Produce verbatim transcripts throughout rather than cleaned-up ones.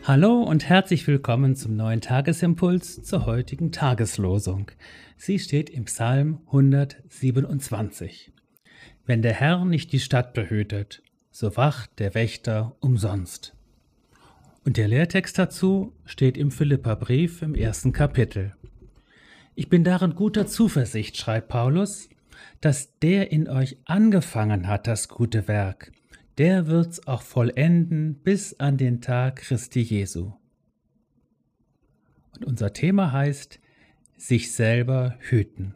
Hallo und herzlich willkommen zum neuen Tagesimpuls zur heutigen Tageslosung. Sie steht im Psalm hundertsiebenundzwanzig. Wenn der Herr nicht die Stadt behütet, so wacht der Wächter umsonst. Und der Lehrtext dazu steht im Philipperbrief im ersten Kapitel. Ich bin darin guter Zuversicht, schreibt Paulus, dass der in euch angefangen hat, das gute Werk, der wird's auch vollenden bis an den Tag Christi Jesu. Und unser Thema heißt, sich selber hüten.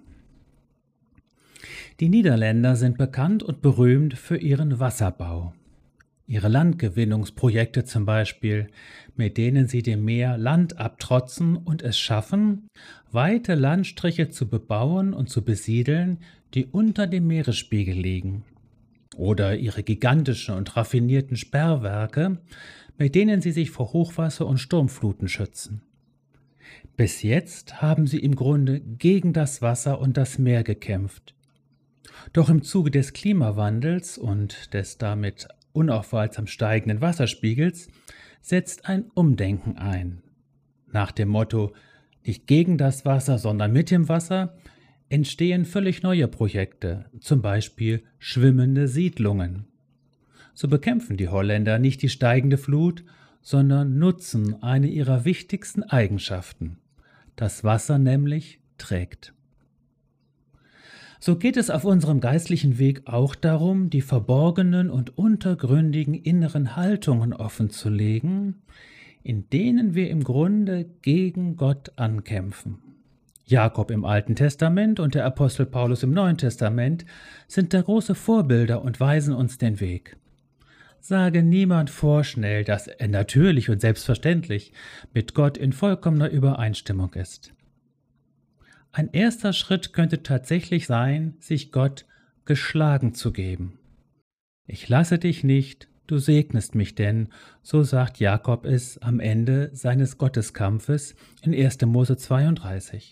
Die Niederländer sind bekannt und berühmt für ihren Wasserbau. Ihre Landgewinnungsprojekte zum Beispiel, mit denen sie dem Meer Land abtrotzen und es schaffen, weite Landstriche zu bebauen und zu besiedeln, die unter dem Meeresspiegel liegen. Oder ihre gigantischen und raffinierten Sperrwerke, mit denen sie sich vor Hochwasser und Sturmfluten schützen. Bis jetzt haben sie im Grunde gegen das Wasser und das Meer gekämpft. Doch im Zuge des Klimawandels und des damit unaufhaltsam steigenden Wasserspiegels setzt ein Umdenken ein. Nach dem Motto nicht gegen das Wasser, sondern mit dem Wasser entstehen völlig neue Projekte, zum Beispiel schwimmende Siedlungen. So bekämpfen die Holländer nicht die steigende Flut, sondern nutzen eine ihrer wichtigsten Eigenschaften. Das Wasser nämlich trägt. So geht es auf unserem geistlichen Weg auch darum, die verborgenen und untergründigen inneren Haltungen offenzulegen, in denen wir im Grunde gegen Gott ankämpfen. Jakob im Alten Testament und der Apostel Paulus im Neuen Testament sind da große Vorbilder und weisen uns den Weg. Sage niemand vorschnell, dass er natürlich und selbstverständlich mit Gott in vollkommener Übereinstimmung ist. Ein erster Schritt könnte tatsächlich sein, sich Gott geschlagen zu geben. Ich lasse dich nicht, du segnest mich denn, so sagt Jakob es am Ende seines Gotteskampfes in erster Mose zweiunddreißig.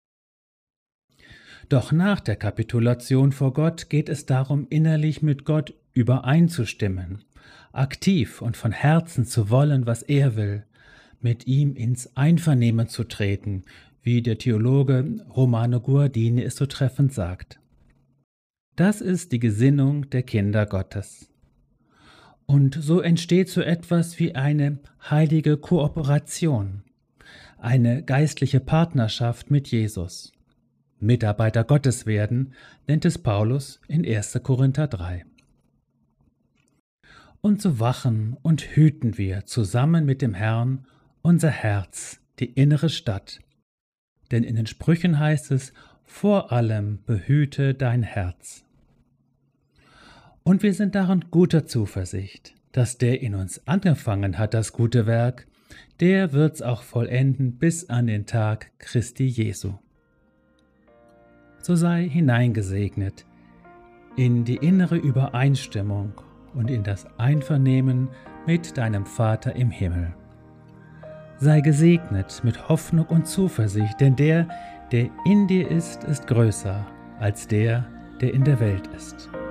Doch nach der Kapitulation vor Gott geht es darum, innerlich mit Gott übereinzustimmen, aktiv und von Herzen zu wollen, was er will, mit ihm ins Einvernehmen zu treten, wie der Theologe Romano Guardini es so treffend sagt. Das ist die Gesinnung der Kinder Gottes. Und so entsteht so etwas wie eine heilige Kooperation, eine geistliche Partnerschaft mit Jesus. Mitarbeiter Gottes werden, nennt es Paulus in erster Korinther drei. Und so wachen und hüten wir zusammen mit dem Herrn unser Herz, die innere Stadt. Denn in den Sprüchen heißt es, vor allem behüte dein Herz. Und wir sind darin guter Zuversicht, dass der in uns angefangen hat, das gute Werk, der wird's auch vollenden bis an den Tag Christi Jesu. So sei hineingesegnet in die innere Übereinstimmung und in das Einvernehmen mit deinem Vater im Himmel. Sei gesegnet mit Hoffnung und Zuversicht, denn der, der in dir ist, ist größer als der, der in der Welt ist.